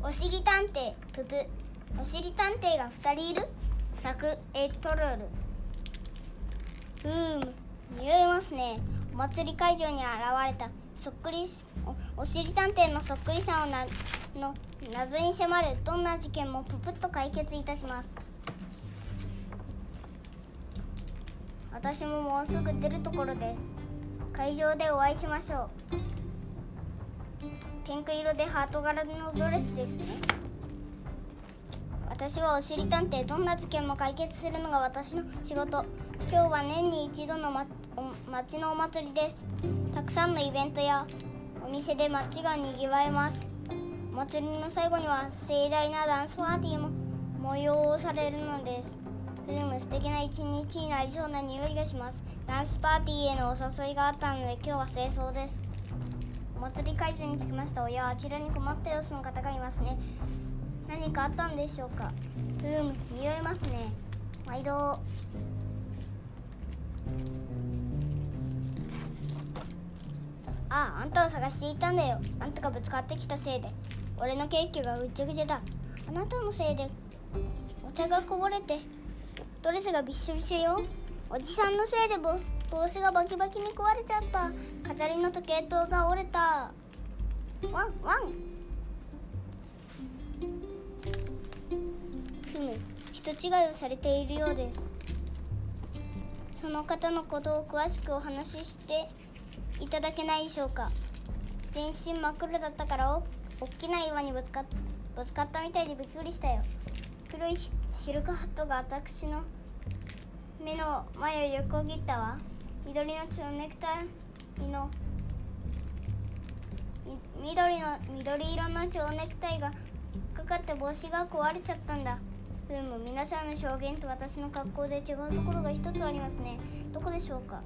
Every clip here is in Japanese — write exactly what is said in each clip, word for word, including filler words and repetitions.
おしりたんていぷぷ。おしりたんていがふたりいる。作エトロル。ふーむ、匂いますね。お祭り会場に現れたそっくり お, おしりたんていのそっくりさんをなの謎に迫るどんな事件もぷぷっと解決いたします。私ももうすぐ出るところです。会場でお会いしましょう。ピンク色でハート柄のドレスですね。私はおしりたんてい。どんな事件も解決するのが私の仕事。今日は年に一度の、ま、お町のお祭りです。たくさんのイベントやお店で街がにぎわいます。お祭りの最後には盛大なダンスパーティーも催されるのです。ふーむ、素敵な一日になりそうな匂いがします。ダンスパーティーへのお誘いがあったので今日は清掃です。お祭り会場に着きました。おや、あちらに困った様子の方がいますね。何かあったんでしょうか。ふーむ、匂いますね。毎度。ああ、あんたを探していたんだよ。あんたがぶつかってきたせいで俺のケーキがぐちゃぐちゃだ。あなたのせいでお茶がこぼれてドレスがびっしょびしょよ。おじさんのせいでぼ帽子がバキバキに壊れちゃった。飾りの時計塔が折れた。ワンワン。ふむ、人違いをされているようです。その方のことを詳しくお話ししていただけないでしょうか。全身真っ黒だったからお大きな岩にぶつかっぶつかったみたいでびっくりしたよ。黒いシルクハットが私の目の前を横切ったわ。緑の蝶ネクタイのみ緑の緑色の蝶ネクタイがかかって帽子が壊れちゃったんだ。ふーむ、皆さんの証言と私の格好で違うところが一つありますね。どこでしょうか。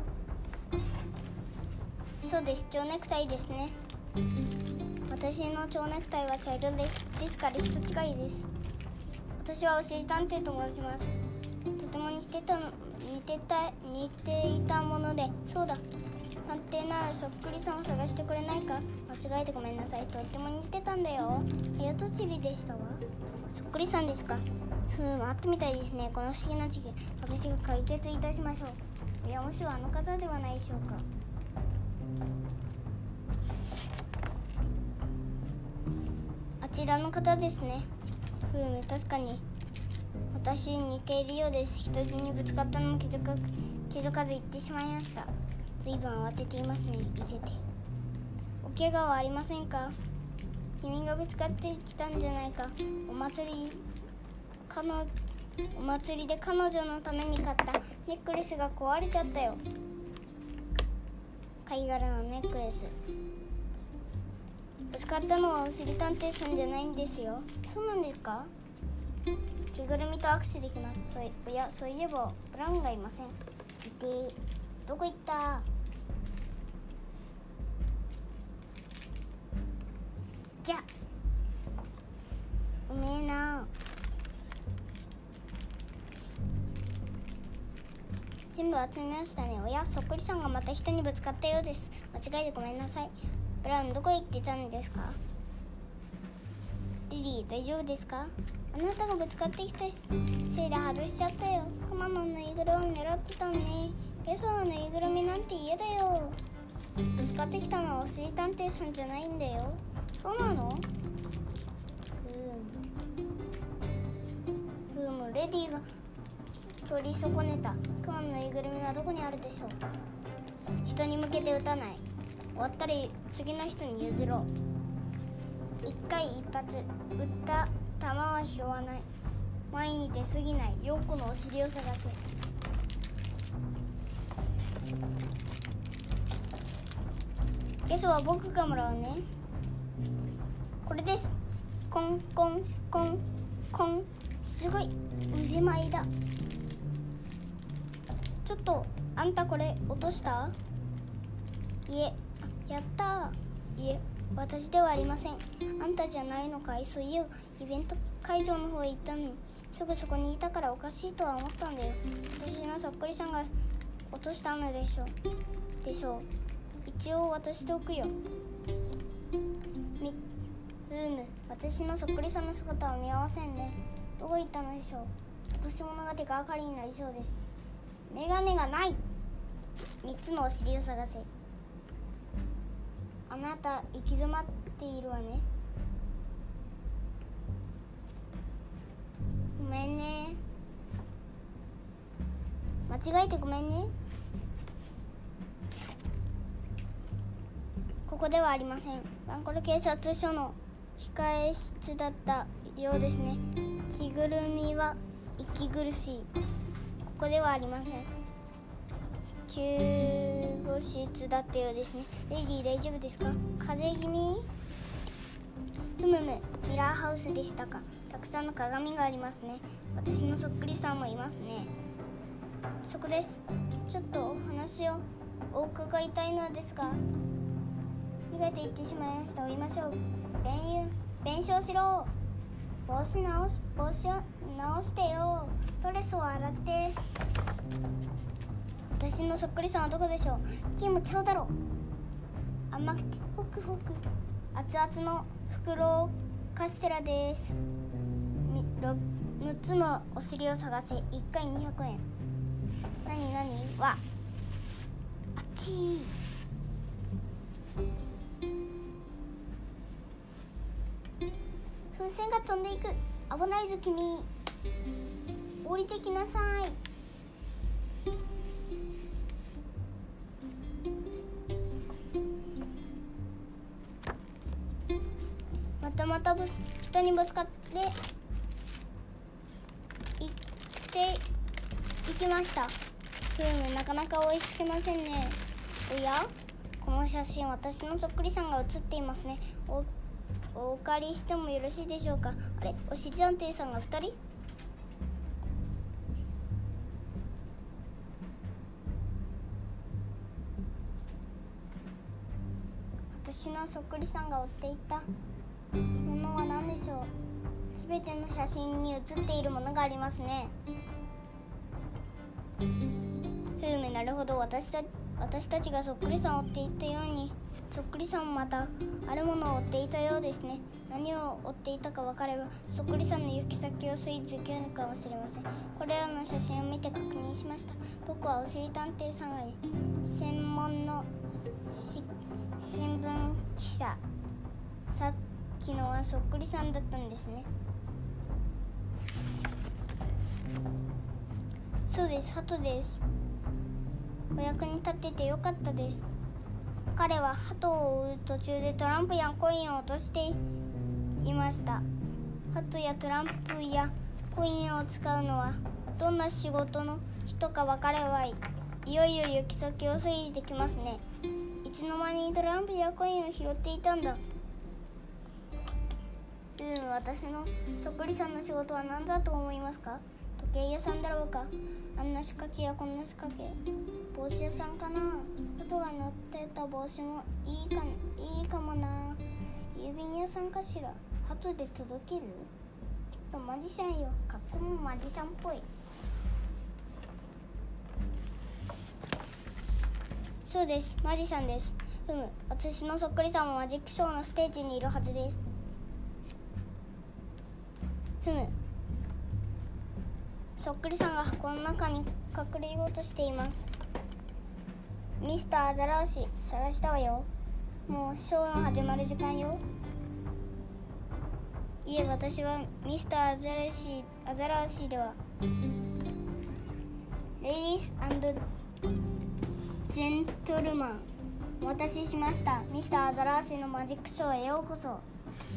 そうです、蝶ネクタイですね。私の蝶ネクタイは茶色です。ですから人違いです。私はおしりたんていと申します。とても似てたの似てた似ていたもので、そうだ、探偵ならそっくりさんを探してくれないか。間違えてごめんなさい。とっても似てたんだよ。早とちりでしたわ。そっくりさんですか。ふーん、あったみたいですね。この不思議な事件、私が解決いたしましょう。いや、もしはあの方ではないでしょうか。あちらの方ですね。ふーむ、確かに私に似ているようです。人にぶつかったのも気づか気づかず言ってしまいました。随分慌てていますね。いてて。お怪我はありませんか。君がぶつかってきたんじゃないか。お祭りかのお祭りで彼女のために買ったネックレスが壊れちゃったよ。貝殻のネックレス。ぶつかったのはおしりたんていさんじゃないんですよ。そうなんですか。着ぐるみと握手できます。そいおや、そういえばブラウンがいません。いて、どこ行った。じゃうめえな。全部集めましたね。おや、そっくりさんがまた人にぶつかったようです。間違いでごめんなさい。ブラウン、どこへ行ってたんですか。リリー、大丈夫ですか。あなたがぶつかってきたせいで外しちゃったよ。クマのぬいぐるみを狙ってたのね。ゲソのぬいぐるみなんて嫌だよ。ぶつかってきたのはおしりたんていさんじゃないんだよ。そうなの。ふーむ、ふーむ、レディーが取り損ねたクマのぬいぐるみはどこにあるでしょう。人に向けて撃たない。終わったら次の人に譲ろう。一回一発撃った弾は拾わない。前に出過ぎない。ヨーコのお尻を探せ。ゲソは僕がもらうね。これです。コンコンコンコン。すごい腕前だ。ちょっとあんたこれ落とした。いえ、やったー。いえ、私ではありません。あんたじゃないのかい。そういえばイベント会場の方へ行ったのにすぐそこにいたからおかしいとは思ったんだよ。私のそっくりさんが落としたのでしょうでしょう。一応渡しておくよ。みうむ、私のそっくりさんの姿は見合わせんね。どこ行ったのでしょう。落とし物が手がかりになりそうです。メガネがない。三つのお尻を探せ。あなた行き詰まっているわね。ごめんね。間違えてごめんね。ここではありません。バンコル警察署の控え室だったようですね。着ぐるみは息苦しい。ここではありません。救護室だったようですね。レディー大丈夫ですか？風邪気味？ふむむ、ミラーハウスでしたか。たくさんの鏡がありますね。私のそっくりさんもいますね。そこです。ちょっとお話をお伺いたいのですが、逃げていってしまいました。追いましょう。弁弁償しろ。帽子直し帽子を直してよ。ドレスを洗って。私のそっくりさんはどこでしょう。キムちゃうだろ。甘くてホクホク熱々の袋カステラです。むっつのお尻を探せ。いっかいにひゃくえん。なになにわあっちー。風船が飛んでいく。危ないぞ君。降りてきなさい。またまたぶ人にぶつかっていっていきました。ふうむ、なかなか追いつけませんね。おや、この写真、私のそっくりさんが写っていますね。おお借りしてもよろしいでしょうか。あれ、おしりたんていさんがふたり。私のそっくりさんが追っていたものは何でしょう。すべての写真に写っているものがありますね。ふうむ、なるほど。私た私たちがそっくりさんを追っていたように、そっくりさんもまたあるものを追っていたようですね。何を追っていたか分かれば、そっくりさんの行き先を推理できるかもしれません。これらの写真を見て確認しました。僕はおしりたんていさんが専門の新聞記者。さっきのはそっくりさんだったんですね。そうです、ハトです。お役に立っててよかったです。彼は鳩を追う途中でトランプやコインを落としていました。鳩やトランプやコインを使うのはどんな仕事の人か分かれば い, いよいよ行き先を推理できますね。いつの間にトランプやコインを拾っていたんだ。うん、私のそっくりさんの仕事は何だと思いますか？時計屋さんだろうか。あんな仕掛けやこんな仕掛け。帽子屋さんかな。鳩が乗ってた帽子もいいかいいかもな。郵便屋さんかしら。鳩で届ける？きっとマジシャンよ。格好もマジシャンっぽい。そうです、マジシャンです。ふむ、私のそっくりさんもマジックショーのステージにいるはずです。ふむ、そっくりさんが箱の中に隠れようとしています。ミスターアザラシ、探したわよ。もうショーの始まる時間よ。いえ、私はミスターアザラシアザラシでは。レディース&ジェントルマン、お待たせしました。ミスターアザラシのマジックショーへようこそ。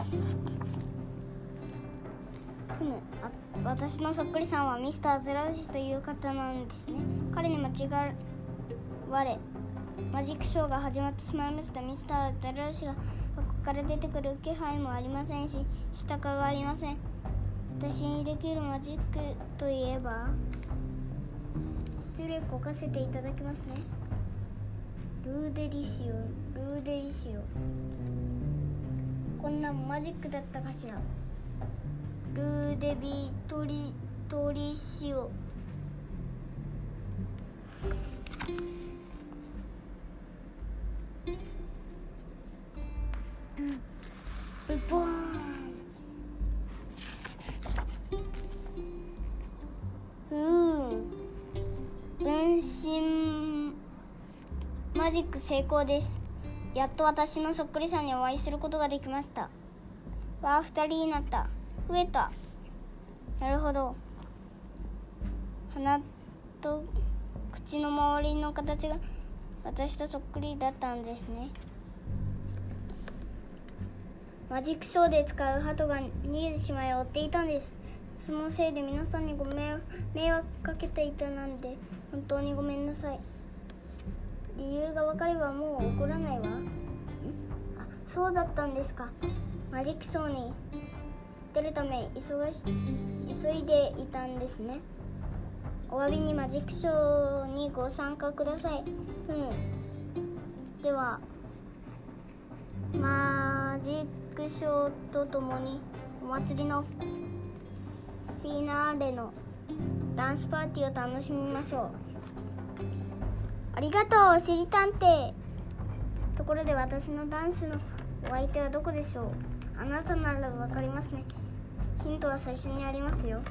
ふむ、あ、私のそっくりさんはミスターアザラシという方なんですね。彼に間違われマジックショーが始まってしまいました。ミスターアザラシがここから出てくる気配もありませんし、したかがありません。私にできるマジックといえば、失礼こかせていただきますね。ルーデリシオ、ルーデリシオ。こんなマジックだったかしら。ルーデビトリトリシオ。うん、ボーン。 マジック成功です。やっと私のそっくりさんにお会いすることができました。わあ、二人になった。増えた。なるほど。鼻と口の周りの形が私とそっくりだったんですね。マジックショーで使う鳩が逃げてしまい追っていたんです。そのせいで皆さんにご迷惑かけていたなんで本当にごめんなさい。理由が分かればもう怒らないわ。あ、そうだったんですか。マジックショーに出るため忙し急いでいたんですね。お詫びにマジックショーにご参加ください。うん。ではマジックショーとともにお祭りのフィナーレのダンスパーティーを楽しみましょう。ありがとう、おしりたんてい。ところで私のダンスのお相手はどこでしょう。あなたならわかりますね。ヒントは最初にありますよ。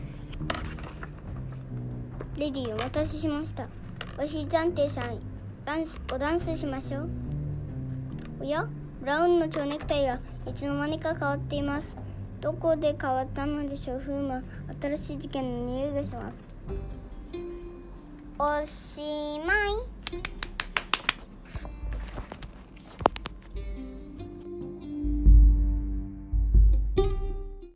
レディー、お待たせしました。おしりたんていさん、ダンスおダンスしましょう。おや、ブラウンの蝶ネクタイがいつの間にか変わっています。どこで変わったのでしょう。ふむ、新しい事件の匂いがします。おしまい。